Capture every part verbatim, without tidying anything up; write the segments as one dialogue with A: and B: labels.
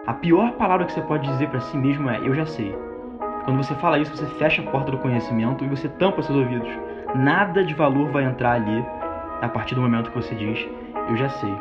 A: A pior palavra que você pode dizer para si mesmo é: eu já sei. Quando você fala isso, você fecha a porta do conhecimento e você tampa seus ouvidos. Nada de valor vai entrar ali a partir do momento que você diz: eu já sei.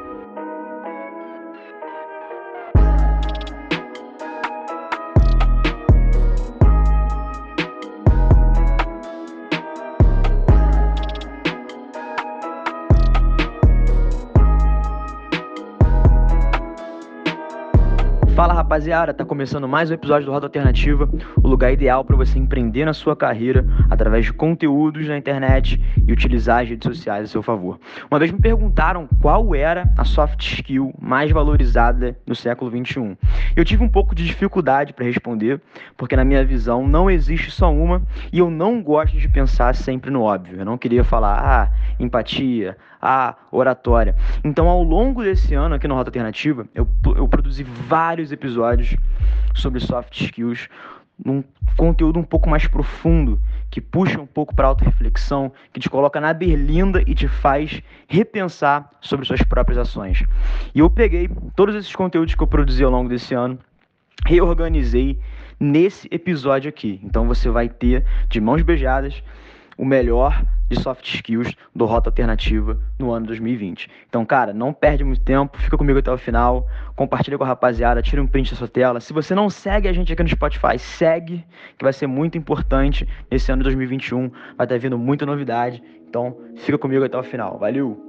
A: Fala, rapaziada, tá começando mais um episódio do Rota Alternativa, o lugar ideal para você empreender na sua carreira através de conteúdos na internet e utilizar as redes sociais a seu favor. Uma vez me perguntaram qual era a soft skill mais valorizada no século vinte e um. Eu tive um pouco de dificuldade para responder, porque na minha visão não existe só uma e eu não gosto de pensar sempre no óbvio. Eu não queria falar, ah, empatia, ah, oratória. Então, ao longo desse ano aqui no Rota Alternativa, eu, eu produzi vários episódios sobre soft skills, num conteúdo um pouco mais profundo, que puxa um pouco para autorreflexão, que te coloca na berlinda e te faz repensar sobre suas próprias ações. E eu peguei todos esses conteúdos que eu produzi ao longo desse ano, reorganizei nesse episódio aqui. Então você vai ter, de mãos beijadas, o melhor de soft skills do Rota Alternativa no ano dois mil e vinte. Então, cara, não perde muito tempo, fica comigo até o final, compartilha com a rapaziada, tira um print da sua tela. Se você não segue a gente aqui no Spotify, segue, que vai ser muito importante nesse ano de dois mil e vinte e um, vai estar vindo muita novidade. Então, fica comigo até o final. Valeu!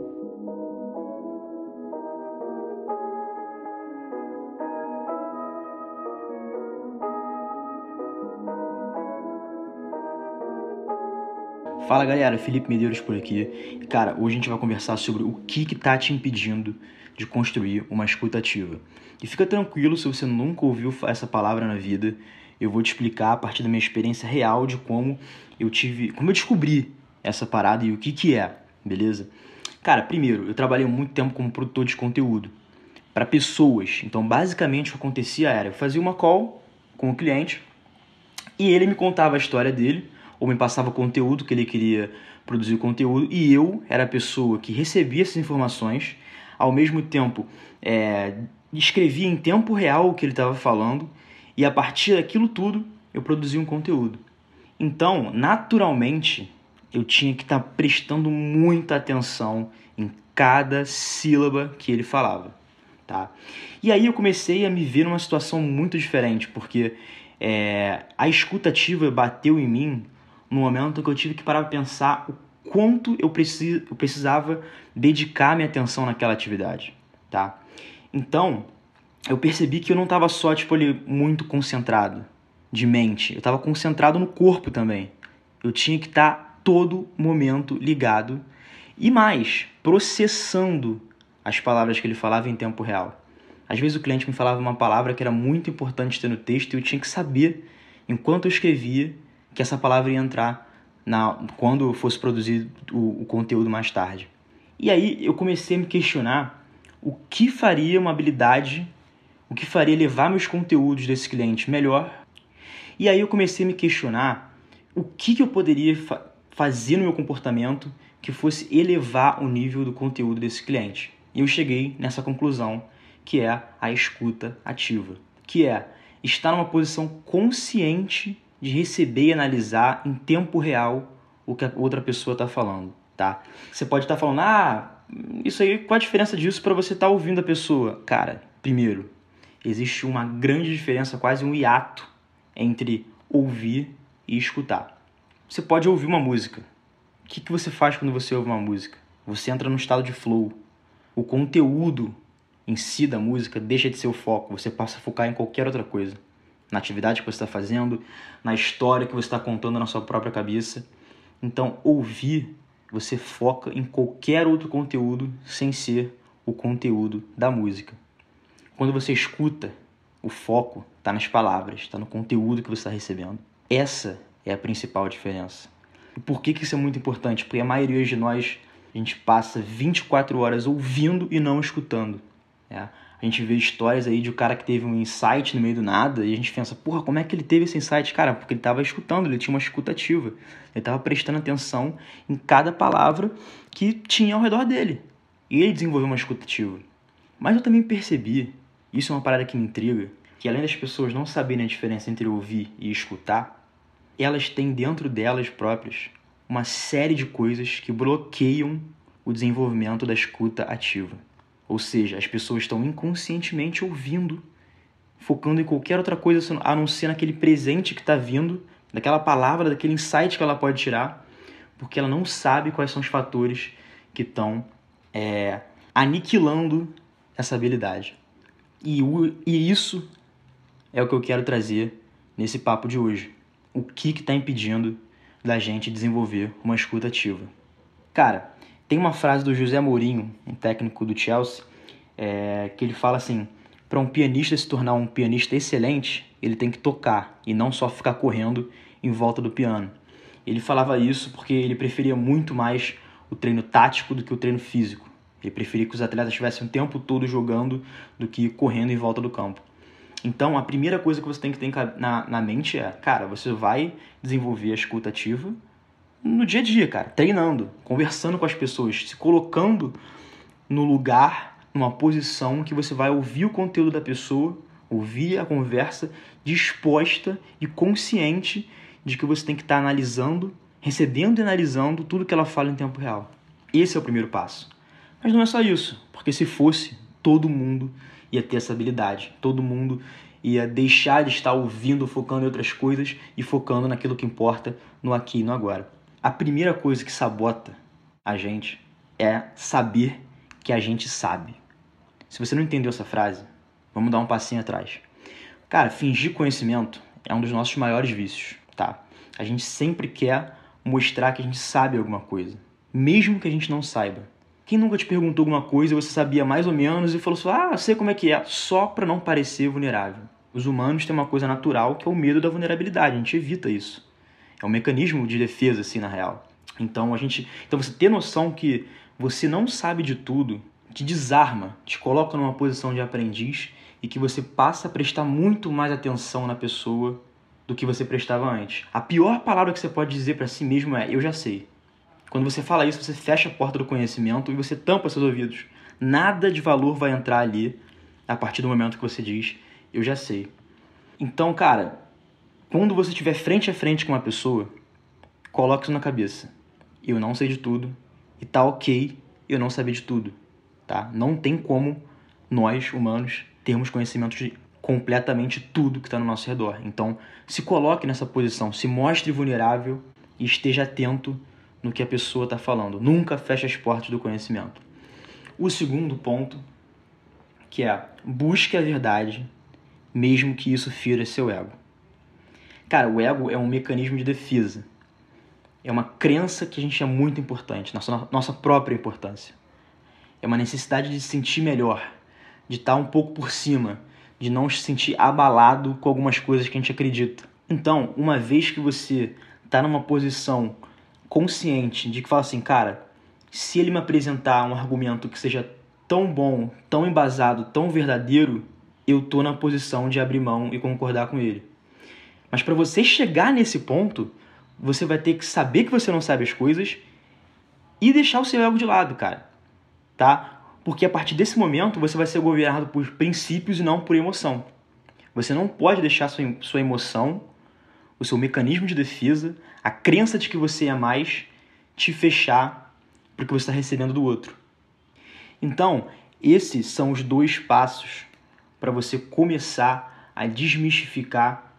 A: Fala galera, Felipe Medeiros por aqui. Cara, hoje a gente vai conversar sobre o que que tá te impedindo de construir uma escuta ativa. E fica tranquilo, se você nunca ouviu essa palavra na vida, eu vou te explicar a partir da minha experiência real de como eu tive, como eu descobri essa parada e o que que é, beleza? Cara, primeiro, eu trabalhei muito tempo como produtor de conteúdo para pessoas. Então, basicamente, o que acontecia era, eu fazia uma call com o cliente e ele me contava a história dele, ou me passava conteúdo que ele queria produzir conteúdo, e eu era a pessoa que recebia essas informações, ao mesmo tempo é, escrevia em tempo real o que ele estava falando, e a partir daquilo tudo eu produzia um conteúdo. Então, naturalmente, eu tinha que estar tá prestando muita atenção em cada sílaba que ele falava, tá? E aí eu comecei a me ver numa situação muito diferente, porque é, a escuta ativa bateu em mim no momento que eu tive que parar para pensar o quanto eu, precis, eu precisava dedicar minha atenção naquela atividade, tá? Então, eu percebi que eu não estava só, tipo, ali, muito concentrado de mente. Eu estava concentrado no corpo também. Eu tinha que estar tá, todo momento ligado e mais, processando as palavras que ele falava em tempo real. Às vezes o cliente me falava uma palavra que era muito importante ter no texto e eu tinha que saber, enquanto eu escrevia, que essa palavra ia entrar na, quando fosse produzido o, o conteúdo mais tarde. E aí eu comecei a me questionar o que faria uma habilidade, o que faria levar meus conteúdos desse cliente melhor. E aí eu comecei a me questionar o que, que eu poderia fa- fazer no meu comportamento que fosse elevar o nível do conteúdo desse cliente. E eu cheguei nessa conclusão, que é a escuta ativa, que é estar numa posição consciente de receber e analisar em tempo real o que a outra pessoa está falando, tá? Você pode estar tá falando, ah, isso aí, qual a diferença disso para você estar tá ouvindo a pessoa? Cara, primeiro, existe uma grande diferença, quase um hiato entre ouvir e escutar. Você pode ouvir uma música. O que, que você faz quando você ouve uma música? Você entra num estado de flow. O conteúdo em si da música deixa de ser o foco, você passa a focar em qualquer outra coisa. Na atividade que você está fazendo, na história que você está contando na sua própria cabeça. Então, ouvir, você foca em qualquer outro conteúdo sem ser o conteúdo da música. Quando você escuta, o foco está nas palavras, está no conteúdo que você está recebendo. Essa é a principal diferença. E por que, que isso é muito importante? Porque a maioria de nós, a gente passa vinte e quatro horas ouvindo e não escutando. É. A gente vê histórias aí de um cara que teve um insight no meio do nada e a gente pensa, porra, como é que ele teve esse insight? Cara, porque ele estava escutando, ele tinha uma escuta ativa. Ele estava prestando atenção em cada palavra que tinha ao redor dele. E ele desenvolveu uma escuta ativa. Mas eu também percebi Isso é uma parada que me intriga, que além das pessoas não saberem a diferença entre ouvir e escutar, elas têm dentro delas próprias uma série de coisas que bloqueiam o desenvolvimento da escuta ativa. Ou seja, as pessoas estão inconscientemente ouvindo, focando em qualquer outra coisa a não ser naquele presente que está vindo, daquela palavra, daquele insight que ela pode tirar, porque ela não sabe quais são os fatores que estão é, aniquilando essa habilidade. E, o, e isso é o que eu quero trazer nesse papo de hoje. O que está impedindo da gente desenvolver uma escuta ativa? Cara, tem uma frase do José Mourinho, um técnico do Chelsea, é, que ele fala assim: para um pianista se tornar um pianista excelente, ele tem que tocar e não só ficar correndo em volta do piano. Ele falava isso porque ele preferia muito mais o treino tático do que o treino físico. Ele preferia que os atletas estivessem o tempo todo jogando do que correndo em volta do campo. Então, a primeira coisa que você tem que ter na, na mente é, cara, você vai desenvolver a escuta ativa no dia a dia, cara, treinando, conversando com as pessoas, se colocando no lugar, numa posição que você vai ouvir o conteúdo da pessoa, ouvir a conversa, disposta e consciente de que você tem que estar analisando, recebendo e analisando tudo que ela fala em tempo real. Esse é o primeiro passo. Mas não é só isso, porque se fosse, todo mundo ia ter essa habilidade, todo mundo ia deixar de estar ouvindo, focando em outras coisas e focando naquilo que importa, no aqui e no agora. A primeira coisa que sabota a gente é saber que a gente sabe. Se você não entendeu essa frase, vamos dar um passinho atrás. Cara, fingir conhecimento é um dos nossos maiores vícios, tá? A gente sempre quer mostrar que a gente sabe alguma coisa, mesmo que a gente não saiba. Quem nunca te perguntou alguma coisa e você sabia mais ou menos e falou assim, ah, sei como é que é, só para não parecer vulnerável. Os humanos têm uma coisa natural que é o medo da vulnerabilidade, a gente evita isso. É um mecanismo de defesa, assim, na real. Então, a gente, então você ter noção que você não sabe de tudo, te desarma, te coloca numa posição de aprendiz e que você passa a prestar muito mais atenção na pessoa do que você prestava antes. A pior palavra que você pode dizer para si mesmo é, eu já sei. Quando você fala isso, você fecha a porta do conhecimento e você tampa seus ouvidos. Nada de valor vai entrar ali a partir do momento que você diz, eu já sei. Então, cara, quando você estiver frente a frente com uma pessoa, coloque isso na cabeça. Eu não sei de tudo e tá ok eu não saber de tudo, tá? Não tem como nós, humanos, termos conhecimento de completamente tudo que está no nosso redor. Então, se coloque nessa posição, se mostre vulnerável e esteja atento no que a pessoa está falando. Nunca feche as portas do conhecimento. O segundo ponto, que é busque a verdade, mesmo que isso fira seu ego. Cara, o ego é um mecanismo de defesa. É uma crença que a gente é muito importante, nossa, nossa própria importância. É uma necessidade de se sentir melhor, de estar um pouco por cima, de não se sentir abalado com algumas coisas que a gente acredita. Então, uma vez que você está numa posição consciente de que fala assim, cara, se ele me apresentar um argumento que seja tão bom, tão embasado, tão verdadeiro, eu tô na posição de abrir mão e concordar com ele. Mas para você chegar nesse ponto, você vai ter que saber que você não sabe as coisas e deixar o seu ego de lado, cara. Tá? Porque a partir desse momento você vai ser governado por princípios e não por emoção. Você não pode deixar sua, sua emoção, o seu mecanismo de defesa, a crença de que você é mais, te fechar para o que você está recebendo do outro. Então, esses são os dois passos para você começar a desmistificar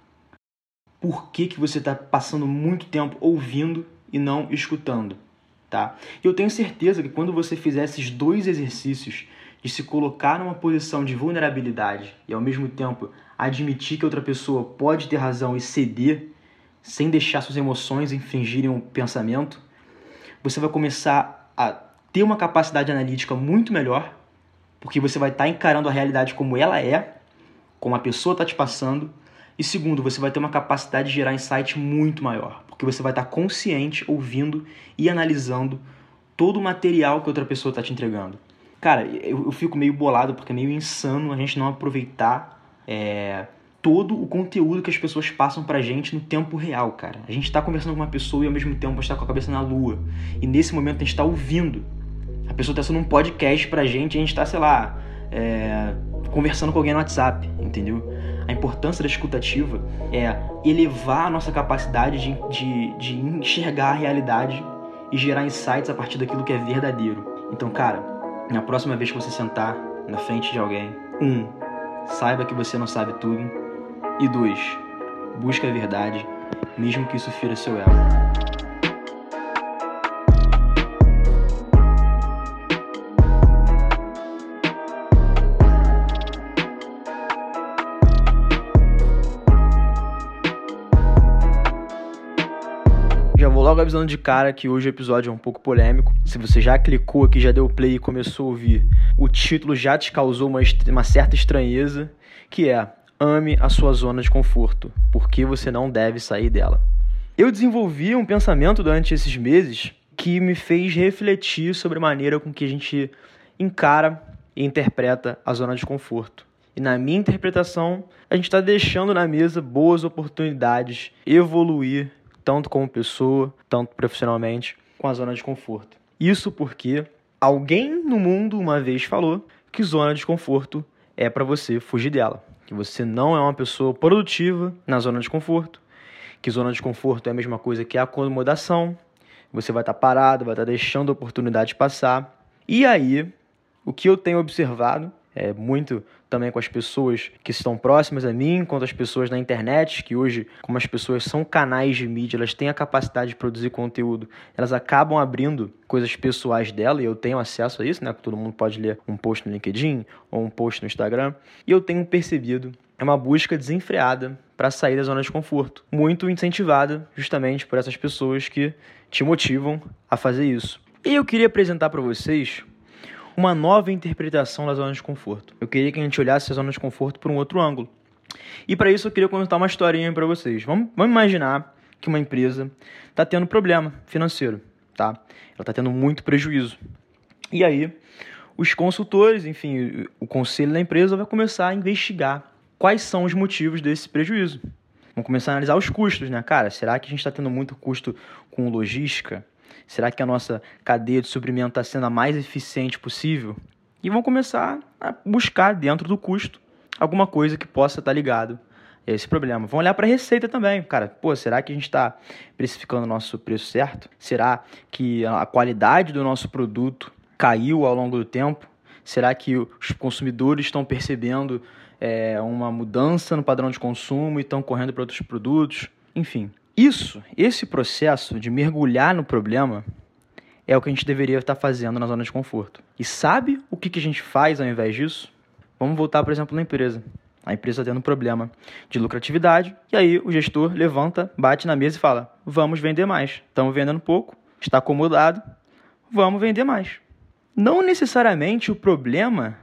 A: por que, que você está passando muito tempo ouvindo e não escutando. Tá? Eu tenho certeza que quando você fizer esses dois exercícios de se colocar numa posição de vulnerabilidade e ao mesmo tempo admitir que outra pessoa pode ter razão e ceder sem deixar suas emoções infringirem o pensamento, você vai começar a ter uma capacidade analítica muito melhor, porque você vai estar encarando a realidade como ela é, como a pessoa está te passando, e segundo, você vai ter uma capacidade de gerar insight muito maior, porque você vai estar consciente, ouvindo e analisando todo o material que outra pessoa está te entregando. Cara, eu, eu fico meio bolado, porque é meio insano a gente não aproveitar é, todo o conteúdo que as pessoas passam pra gente no tempo real, cara. A gente está conversando com uma pessoa e ao mesmo tempo a gente está com a cabeça na lua. E nesse momento a gente está ouvindo. A pessoa está sendo um podcast pra gente e a gente está, sei lá, é, conversando com alguém no WhatsApp, entendeu? A importância da escutativa é elevar a nossa capacidade de, de, de enxergar a realidade e gerar insights a partir daquilo que é verdadeiro. Então, cara, na próxima vez que você sentar na frente de alguém, um, saiba que você não sabe tudo, e dois, busque a verdade, mesmo que isso fira seu ego. Já vou logo avisando de cara que hoje o episódio é um pouco polêmico. Se você já clicou aqui, já deu play e começou a ouvir, o título já te causou uma, uma certa estranheza, que é: ame a sua zona de conforto, porque você não deve sair dela. Eu desenvolvi um pensamento durante esses meses que me fez refletir sobre a maneira com que a gente encara e interpreta a zona de conforto. E na minha interpretação, a gente está deixando na mesa boas oportunidades de evoluir, tanto como pessoa, tanto profissionalmente, com a zona de conforto. Isso porque alguém no mundo uma vez falou que zona de conforto é para você fugir dela, que você não é uma pessoa produtiva na zona de conforto, que zona de conforto é a mesma coisa que a acomodação, você vai estar parado, vai estar deixando a oportunidade passar. E aí, o que eu tenho observado, é muito também com as pessoas que estão próximas a mim, quanto as pessoas na internet, que hoje, como as pessoas são canais de mídia, elas têm a capacidade de produzir conteúdo, elas acabam abrindo coisas pessoais dela, e eu tenho acesso a isso, né? Todo mundo pode ler um post no LinkedIn ou um post no Instagram, e eu tenho percebido é uma busca desenfreada para sair da zona de conforto, muito incentivada justamente por essas pessoas que te motivam a fazer isso. E eu queria apresentar para vocês uma nova interpretação da zona de conforto. Eu queria que a gente olhasse a zona de conforto por um outro ângulo. E para isso eu queria contar uma historinha para vocês. Vamos, vamos imaginar que uma empresa está tendo problema financeiro, tá? Ela está tendo muito prejuízo. E aí, os consultores, enfim, o conselho da empresa vai começar a investigar quais são os motivos desse prejuízo. Vamos começar a analisar os custos, né? Cara, será que a gente está tendo muito custo com logística? Será que a nossa cadeia de suprimento está sendo a mais eficiente possível? E vão começar a buscar dentro do custo alguma coisa que possa estar ligado a esse problema. Vão olhar para a receita também. Cara, pô, será que a gente está precificando o nosso preço certo? Será que a qualidade do nosso produto caiu ao longo do tempo? Será que os consumidores estão percebendo é, uma mudança no padrão de consumo e estão correndo para outros produtos? Enfim. Isso, esse processo de mergulhar no problema é o que a gente deveria estar fazendo na zona de conforto. E sabe o que a gente faz ao invés disso? Vamos voltar, por exemplo, na empresa. A empresa está tendo um problema de lucratividade, e aí o gestor levanta, bate na mesa e fala: vamos vender mais. Estamos vendendo pouco, está acomodado, vamos vender mais. Não necessariamente o problema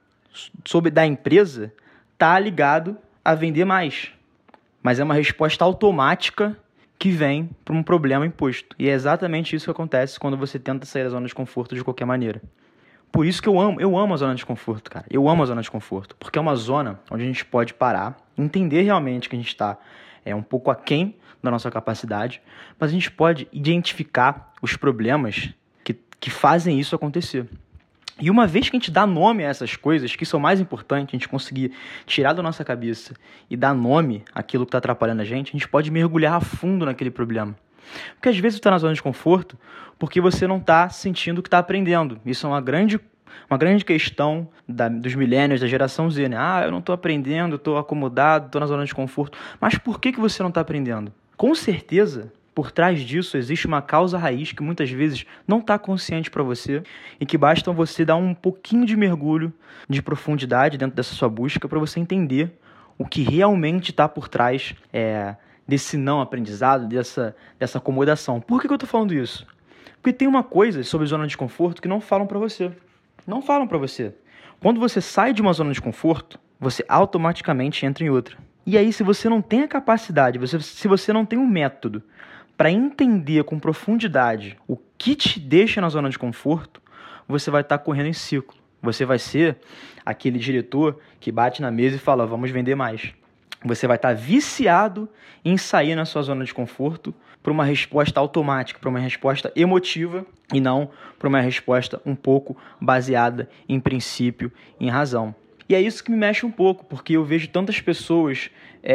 A: sobre da empresa está ligado a vender mais, mas é uma resposta automática que vem para um problema imposto. E é exatamente isso que acontece quando você tenta sair da zona de conforto de qualquer maneira. Por isso que eu amo, eu amo a zona de conforto, cara. Eu amo a zona de conforto, porque é uma zona onde a gente pode parar, entender realmente que a gente está é, um pouco aquém da nossa capacidade, mas a gente pode identificar os problemas que, que fazem isso acontecer. E uma vez que a gente dá nome a essas coisas, que isso é o mais importante, a gente conseguir tirar da nossa cabeça e dar nome àquilo que está atrapalhando a gente, a gente pode mergulhar a fundo naquele problema. Porque às vezes você está na zona de conforto porque você não está sentindo que está aprendendo. Isso é uma grande, uma grande questão da, dos millennials, da geração Z, né? Ah, eu não estou aprendendo, estou acomodado, estou na zona de conforto. Mas por que, que você não está aprendendo? Com certeza, por trás disso existe uma causa raiz que muitas vezes não está consciente para você e que basta você dar um pouquinho de mergulho, de profundidade dentro dessa sua busca para você entender o que realmente está por trás é, desse não aprendizado, dessa, dessa acomodação. Por que, que eu estou falando isso? Porque tem uma coisa sobre zona de conforto que não falam para você. Não falam para você. Quando você sai de uma zona de conforto, você automaticamente entra em outra. E aí, se você não tem a capacidade, você, se você não tem um método para entender com profundidade o que te deixa na zona de conforto, você vai estar correndo em ciclo. Você vai ser aquele diretor que bate na mesa e fala: vamos vender mais. Você vai estar viciado em sair na sua zona de conforto para uma resposta automática, para uma resposta emotiva e não para uma resposta um pouco baseada em princípio, em razão. E é isso que me mexe um pouco, porque eu vejo tantas pessoas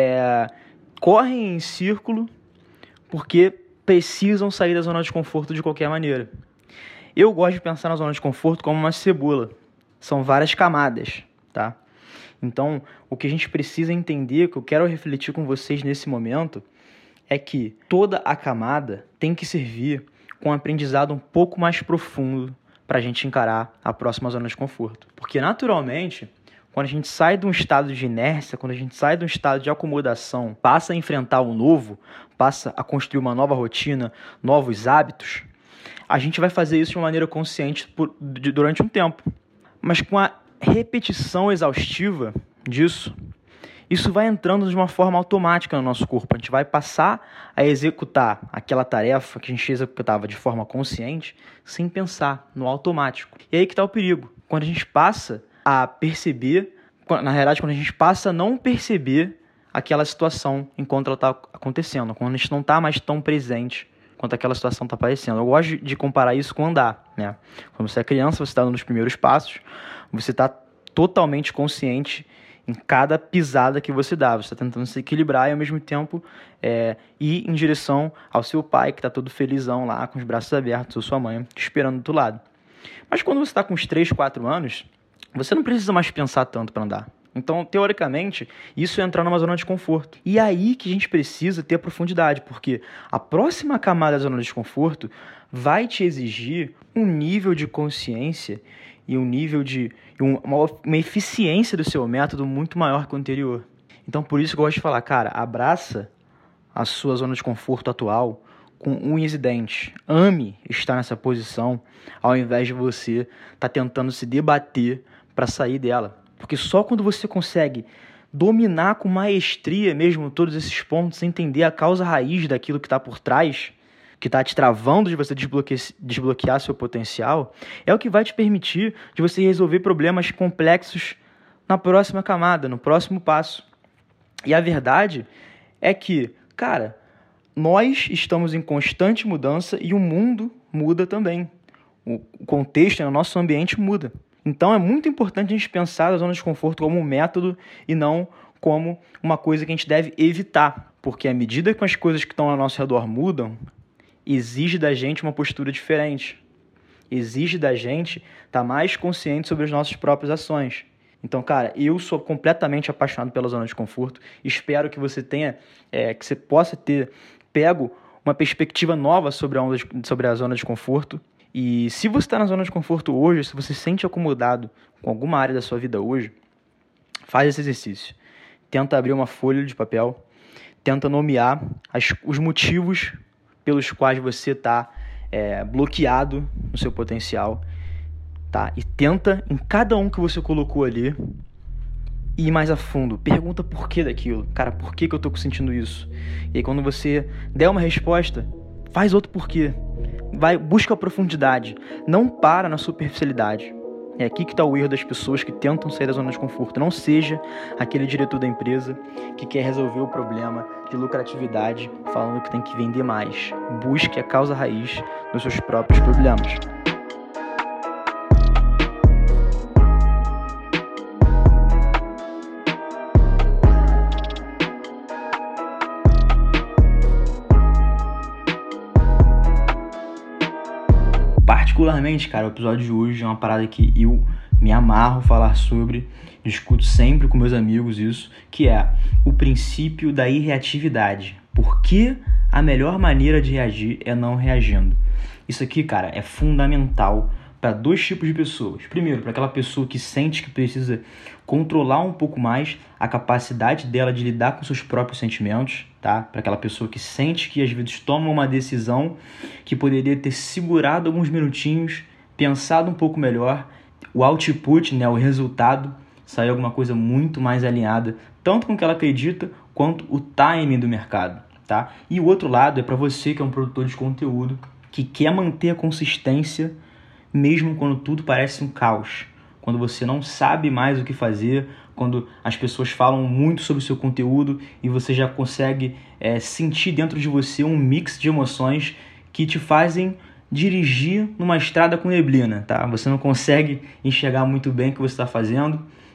A: é, correm em círculo porque precisam sair da zona de conforto de qualquer maneira. Eu gosto de pensar na zona de conforto como uma cebola. São várias camadas, tá? Então, o que a gente precisa entender, que eu quero refletir com vocês nesse momento, é que toda a camada tem que servir com um aprendizado um pouco mais profundo para a gente encarar a próxima zona de conforto. Porque, naturalmente, quando a gente sai de um estado de inércia, quando a gente sai de um estado de acomodação, passa a enfrentar o novo, passa a construir uma nova rotina, novos hábitos, a gente vai fazer isso de uma maneira consciente por, de, durante um tempo. Mas com a repetição exaustiva disso, isso vai entrando de uma forma automática no nosso corpo. A gente vai passar a executar aquela tarefa que a gente executava de forma consciente, sem pensar, no automático. E aí que está o perigo. Quando a gente passa a perceber, na realidade, quando a gente passa a não perceber aquela situação enquanto ela está acontecendo, quando a gente não está mais tão presente quanto aquela situação está aparecendo. Eu gosto de comparar isso com andar, né? Quando você é criança, você está dando os primeiros passos, você está totalmente consciente em cada pisada que você dá. Você está tentando se equilibrar e, ao mesmo tempo, é, ir em direção ao seu pai, que está todo felizão lá, com os braços abertos, ou sua mãe, esperando do outro lado. Mas quando você está com uns três, quatro anos, você não precisa mais pensar tanto para andar. Então, teoricamente, isso é entrar numa zona de conforto. E é aí que a gente precisa ter a profundidade, porque a próxima camada da zona de conforto vai te exigir um nível de consciência e um nível de uma, uma eficiência do seu método muito maior que o anterior. Então, por isso que eu gosto de falar, cara, abraça a sua zona de conforto atual com unhas e dentes. Ame estar nessa posição, ao invés de você estar tentando se debater para sair dela. Porque só quando você consegue dominar com maestria mesmo todos esses pontos, entender a causa raiz daquilo que está por trás, que está te travando de você desbloquear, desbloquear seu potencial, é o que vai te permitir de você resolver problemas complexos na próxima camada, no próximo passo. E a verdade é que, cara, nós estamos em constante mudança e o mundo muda também. O contexto, o nosso ambiente muda. Então é muito importante a gente pensar a zona de conforto como um método e não como uma coisa que a gente deve evitar. Porque à medida que as coisas que estão ao nosso redor mudam, exige da gente uma postura diferente. Exige da gente estar mais consciente sobre as nossas próprias ações. Então, cara, eu sou completamente apaixonado pela zona de conforto. Espero que você tenha, é, que você possa ter pego uma perspectiva nova sobre a, onda de, sobre a zona de conforto. E se você está na zona de conforto hoje, se você se sente acomodado com alguma área da sua vida hoje, faz esse exercício. Tenta abrir uma folha de papel, tenta nomear as, os motivos pelos quais você está é, bloqueado no seu potencial, tá? E tenta, em cada um que você colocou ali, ir mais a fundo. Pergunta por que daquilo. Cara, por que, que eu estou sentindo isso? E aí, quando você der uma resposta, faz outro porquê. Vai, busca a profundidade, não para na superficialidade. É aqui que está o erro das pessoas que tentam sair da zona de conforto. Não seja aquele diretor da empresa que quer resolver o problema de lucratividade falando que tem que vender mais. Busque a causa raiz dos seus próprios problemas. Particularmente, cara, o episódio de hoje é uma parada que eu me amarro falar sobre, discuto sempre com meus amigos isso, que é o princípio da irreatividade. Por que a melhor maneira de reagir é não reagindo? Isso aqui, cara, é fundamental para dois tipos de pessoas. Primeiro, para aquela pessoa que sente que precisa controlar um pouco mais a capacidade dela de lidar com seus próprios sentimentos, tá? Para aquela pessoa que sente que às vezes toma uma decisão que poderia ter segurado alguns minutinhos, pensado um pouco melhor, o output, né, o resultado, sair alguma coisa muito mais alinhada, tanto com o que ela acredita, quanto o timing do mercado, tá? E o outro lado é para você que é um produtor de conteúdo, que quer manter a consistência mesmo quando tudo parece um caos, quando você não sabe mais o que fazer, quando as pessoas falam muito sobre o seu conteúdo e você já consegue é, sentir dentro de você um mix de emoções que te fazem dirigir numa estrada com neblina, tá? Você não consegue enxergar muito bem o que você está fazendo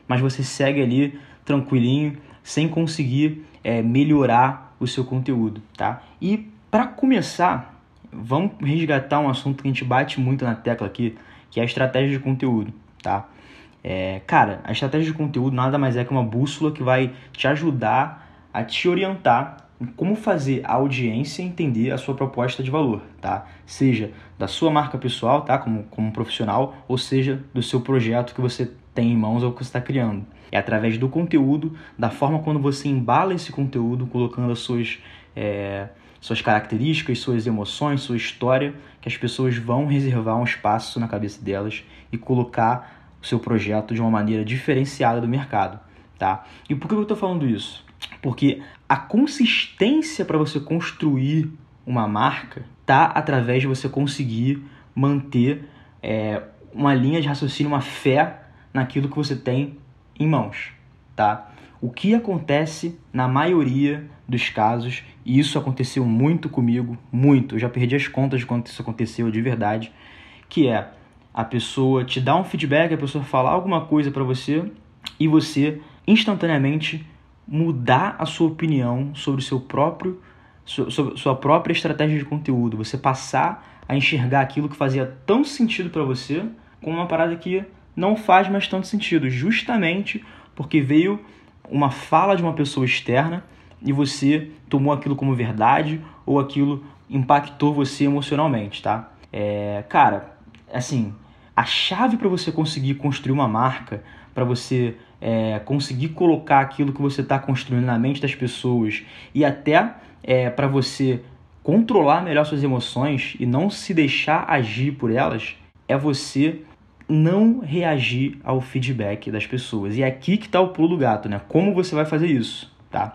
A: mas você segue ali tranquilinho, sem conseguir é, melhorar o seu conteúdo, tá? E para começar, vamos resgatar um assunto que a gente bate muito na tecla aqui, que é a estratégia de conteúdo, tá? É, cara, a estratégia de conteúdo nada mais é que uma bússola que vai te ajudar a te orientar em como fazer a audiência entender a sua proposta de valor, tá? Seja da sua marca pessoal, tá? Como, como profissional, ou seja, do seu projeto que você tem em mãos ou que você está criando. É através do conteúdo, da forma quando você embala esse conteúdo, colocando as suas, é, suas características, suas emoções, sua história, que as pessoas vão reservar um espaço na cabeça delas e colocar o seu projeto de uma maneira diferenciada do mercado, tá? E por que eu estou falando isso? Porque a consistência para você construir uma marca tá através de você conseguir manter é, uma linha de raciocínio, uma fé naquilo que você tem em mãos, tá? O que acontece na maioria dos casos, e isso aconteceu muito comigo, muito, eu já perdi as contas de quando isso aconteceu de verdade, que é a pessoa te dá um feedback, a pessoa fala alguma coisa para você e você instantaneamente mudar a sua opinião sobre o seu próprio, sobre sua própria estratégia de conteúdo, você passar a enxergar aquilo que fazia tão sentido para você como uma parada que não faz mais tanto sentido, justamente porque veio uma fala de uma pessoa externa e você tomou aquilo como verdade ou aquilo impactou você emocionalmente, tá? É, cara, assim, a chave para você conseguir construir uma marca, para você é, conseguir colocar aquilo que você está construindo na mente das pessoas e até é, para você controlar melhor suas emoções e não se deixar agir por elas, é você não reagir ao feedback das pessoas. E é aqui que está o pulo do gato, né? Como você vai fazer isso, tá?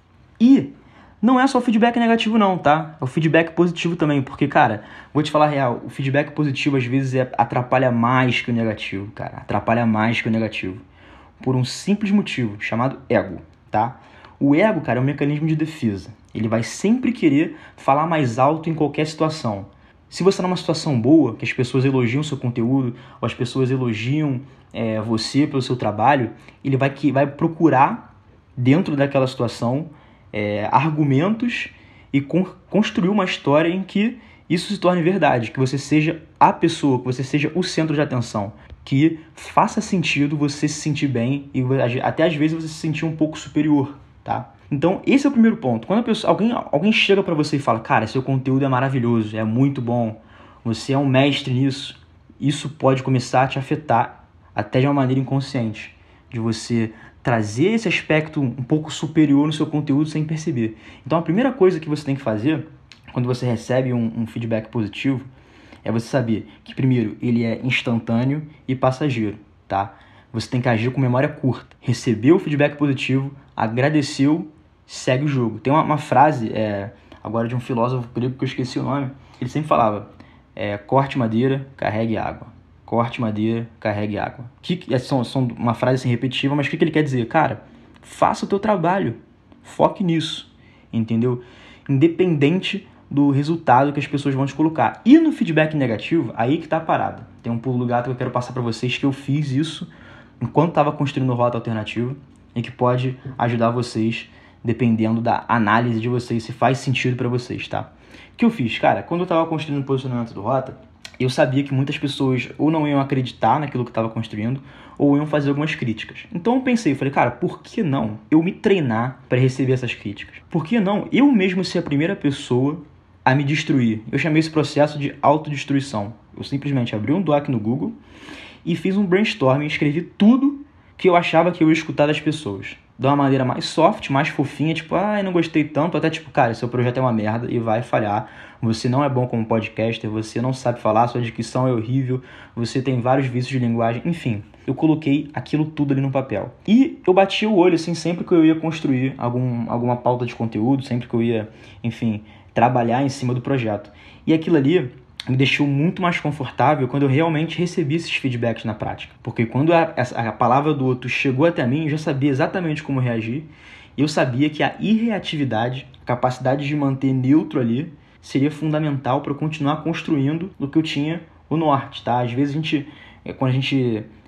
A: E não é só o feedback negativo não, tá? É o feedback positivo também, porque, cara, vou te falar a real, o feedback positivo às vezes é, atrapalha mais que o negativo, cara. Atrapalha mais que o negativo. Por um simples motivo, chamado ego, tá? O ego, cara, é um mecanismo de defesa. Ele vai sempre querer falar mais alto em qualquer situação. Se você está numa situação boa, que as pessoas elogiam o seu conteúdo, ou as pessoas elogiam é, você pelo seu trabalho, ele vai, que, vai procurar, dentro daquela situação, é, argumentos e con- construir uma história em que isso se torne verdade, que você seja a pessoa, que você seja o centro de atenção, que faça sentido você se sentir bem e até às vezes você se sentir um pouco superior, tá? Então, esse é o primeiro ponto. Quando a pessoa, alguém, alguém chega para você e fala, cara, seu conteúdo é maravilhoso, é muito bom, você é um mestre nisso, isso pode começar a te afetar até de uma maneira inconsciente, de você trazer esse aspecto um pouco superior no seu conteúdo sem perceber. Então, a primeira coisa que você tem que fazer quando você recebe um, um feedback positivo é você saber que, primeiro, ele é instantâneo e passageiro, tá? Você tem que agir com memória curta. Recebeu o feedback positivo, agradeceu, segue o jogo. Tem uma, uma frase, é, agora de um filósofo grego que eu esqueci o nome, ele sempre falava, é, corte madeira, carregue água. Corte madeira, carregue água. Que, é, são, são uma frase assim, repetitiva, mas o que, que ele quer dizer? Cara, faça o teu trabalho, foque nisso, entendeu? Independente do resultado que as pessoas vão te colocar. E no feedback negativo, aí que tá a parada. Tem um pulo do gato que eu quero passar para vocês, que eu fiz isso enquanto estava construindo Rota Alternativa e que pode ajudar vocês, dependendo da análise de vocês, se faz sentido para vocês, tá? O que eu fiz? Cara, quando eu estava construindo o posicionamento do Rota, eu sabia que muitas pessoas ou não iam acreditar naquilo que eu estava construindo ou iam fazer algumas críticas. Então eu pensei, eu falei, cara, por que não eu me treinar para receber essas críticas? Por que não eu mesmo ser a primeira pessoa a me destruir? Eu chamei esse processo de autodestruição. Eu simplesmente abri um doc no Google e fiz um brainstorming, escrevi tudo que eu achava que eu ia escutar das pessoas. De uma maneira mais soft, mais fofinha, tipo, ah, eu não gostei tanto, até tipo, cara, seu projeto é uma merda e vai falhar, você não é bom como podcaster, você não sabe falar, sua dicção é horrível, você tem vários vícios de linguagem, enfim. Eu coloquei aquilo tudo ali no papel. E eu bati o olho, assim, sempre que eu ia construir algum, alguma pauta de conteúdo, sempre que eu ia, enfim, trabalhar em cima do projeto. E aquilo ali me deixou muito mais confortável quando eu realmente recebi esses feedbacks na prática. Porque quando a, a, a palavra do outro chegou até mim, eu já sabia exatamente como reagir. E eu sabia que a irreatividade, a capacidade de manter neutro ali, seria fundamental para eu continuar construindo o que eu tinha o norte, tá? Às vezes a gente, quando a gente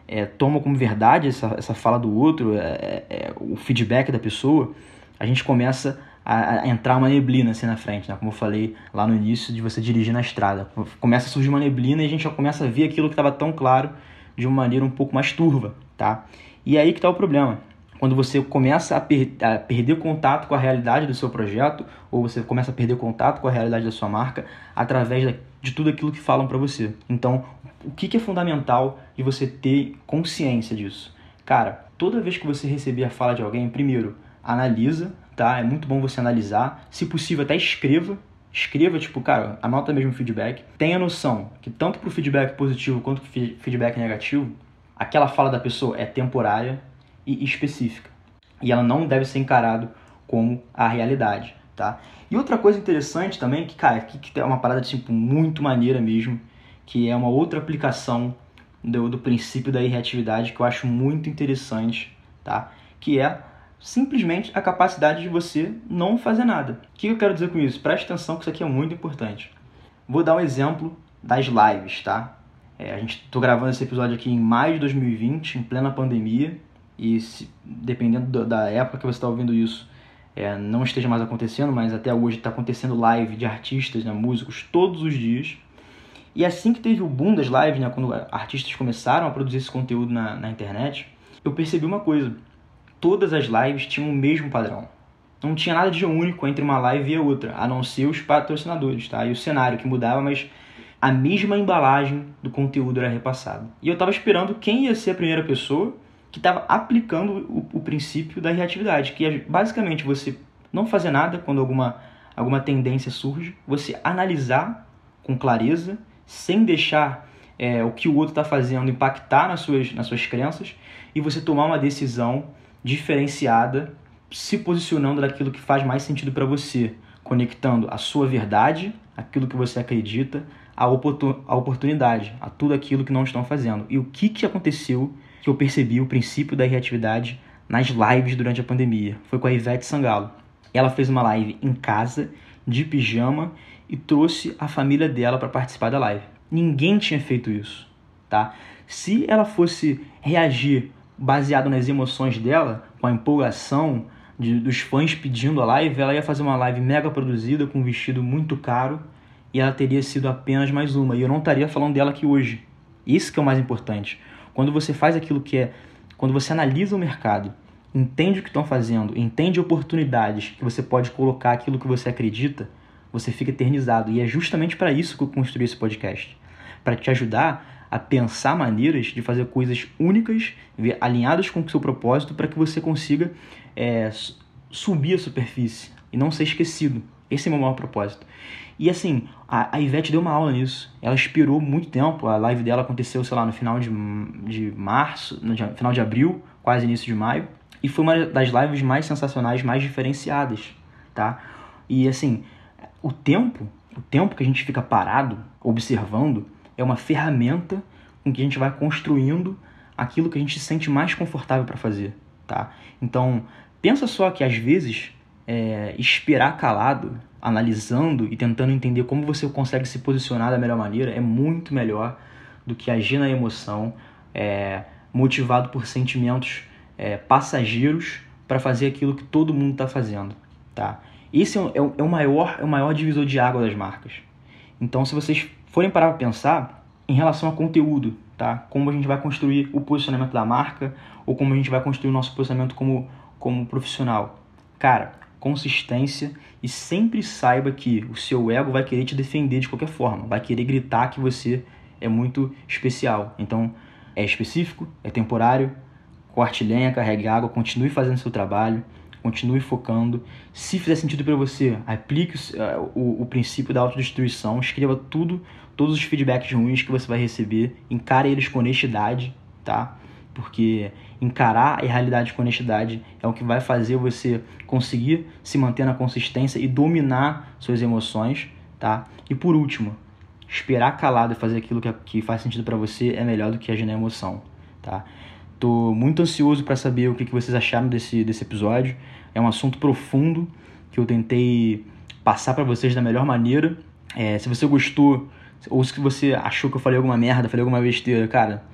A: é, toma como verdade essa, essa fala do outro, é, é, o feedback da pessoa, a gente começa a, a entrar uma neblina assim na frente, né? Como eu falei lá no início de você dirigir na estrada. Começa a surgir uma neblina e a gente já começa a ver aquilo que estava tão claro de uma maneira um pouco mais turva, tá? E aí que está o problema. Quando você começa a, per- a perder contato com a realidade do seu projeto, ou você começa a perder contato com a realidade da sua marca através da, de tudo aquilo que falam para você. Então, o que, que é fundamental de você ter consciência disso? Cara, toda vez que você receber a fala de alguém, primeiro, analisa, tá? É muito bom você analisar. Se possível, até escreva. Escreva, tipo, cara, anota mesmo o feedback. Tenha noção que tanto pro feedback positivo quanto pro feedback negativo, aquela fala da pessoa é temporária e específica. E ela não deve ser encarado como a realidade, tá? E outra coisa interessante também, que, cara, que, que é uma parada tipo, muito maneira mesmo, que é uma outra aplicação do, do princípio da irreatividade que eu acho muito interessante, tá? Que é simplesmente a capacidade de você não fazer nada. O que eu quero dizer com isso? Preste atenção que isso aqui é muito importante. Vou dar um exemplo das lives, tá? É, a gente tô gravando esse episódio aqui em maio de dois mil e vinte, em plena pandemia, e se, dependendo da época que você está ouvindo isso, é, não esteja mais acontecendo, mas até hoje está acontecendo live de artistas, né, músicos, todos os dias. E assim que teve o boom das lives, né, quando artistas começaram a produzir esse conteúdo na, na internet, eu percebi uma coisa. Todas as lives tinham o mesmo padrão. Não tinha nada de único entre uma live e a outra, a não ser os patrocinadores, tá? E o cenário que mudava, mas a mesma embalagem do conteúdo era repassada. E eu estava esperando quem ia ser a primeira pessoa que estava aplicando o, o princípio da reatividade, que é basicamente você não fazer nada quando alguma, alguma tendência surge, você analisar com clareza, sem deixar é, o que o outro está fazendo impactar nas suas, nas suas crenças, e você tomar uma decisão diferenciada, se posicionando daquilo que faz mais sentido para você, conectando a sua verdade, aquilo que você acredita, a, oportun- a oportunidade, a tudo aquilo que não estão fazendo. E o que, que aconteceu que eu percebi o princípio da reatividade nas lives durante a pandemia? Foi com a Ivete Sangalo. Ela fez uma live em casa, de pijama, e trouxe a família dela para participar da live. Ninguém tinha feito isso, tá? Se ela fosse reagir baseado nas emoções dela, com a empolgação de, dos fãs pedindo a live, ela ia fazer uma live mega produzida, com um vestido muito caro, e ela teria sido apenas mais uma. E eu não estaria falando dela aqui hoje. Isso que é o mais importante. Quando você faz aquilo que é... Quando você analisa o mercado, entende o que estão fazendo, entende oportunidades que você pode colocar aquilo que você acredita, você fica eternizado. E é justamente para isso que eu construí esse podcast. Para te ajudar a pensar maneiras de fazer coisas únicas, alinhadas com o seu propósito, para que você consiga é, subir a superfície e não ser esquecido. Esse é o meu maior propósito. E assim, a, a Ivete deu uma aula nisso. Ela esperou muito tempo. A live dela aconteceu, sei lá, no final de, de março, no final de abril, quase início de maio. E foi uma das lives mais sensacionais, mais diferenciadas, tá? E assim, o tempo, o tempo que a gente fica parado, observando, é uma ferramenta com que a gente vai construindo aquilo que a gente se sente mais confortável para fazer, tá? Então, pensa só que às vezes, é, esperar calado, analisando e tentando entender como você consegue se posicionar da melhor maneira é muito melhor do que agir na emoção, é, motivado por sentimentos é, passageiros para fazer aquilo que todo mundo está fazendo, tá? Esse é o, é, o maior, é o maior divisor de água das marcas. Então, se vocês forem parar para pensar em relação a conteúdo, tá? Como a gente vai construir o posicionamento da marca ou como a gente vai construir o nosso posicionamento como, como profissional. Cara, consistência, e sempre saiba que o seu ego vai querer te defender de qualquer forma, vai querer gritar que você é muito especial. Então, é específico, é temporário, corte lenha, carregue água, continue fazendo seu trabalho, continue focando. Se fizer sentido para você, aplique o, o, o princípio da autodestruição, escreva tudo, todos os feedbacks ruins que você vai receber, encare eles com honestidade, tá? Porque encarar a realidade com honestidade é o que vai fazer você conseguir se manter na consistência e dominar suas emoções, tá? E por último, esperar calado e fazer aquilo que, que faz sentido para você é melhor do que agir na emoção, tá? Tô muito ansioso para saber o que vocês acharam desse, desse episódio. É um assunto profundo que eu tentei passar para vocês da melhor maneira. É, se você gostou ou se você achou que eu falei alguma merda, falei alguma besteira, cara,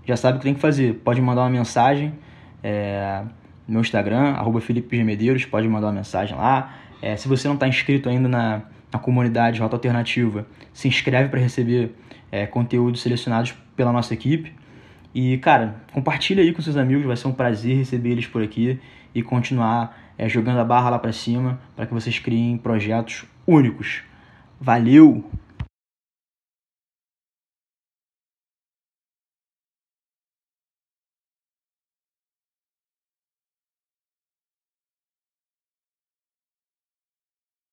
A: já sabe o que tem que fazer. Pode mandar uma mensagem é, no meu Instagram, arroba Felipe G. Medeiros, pode mandar uma mensagem lá. É, se você não está inscrito ainda na, na comunidade Rota Alternativa, se inscreve para receber é, conteúdos selecionados pela nossa equipe. E, cara, compartilha aí com seus amigos, vai ser um prazer receber eles por aqui e continuar é, jogando a barra lá para cima para que vocês criem projetos únicos. Valeu!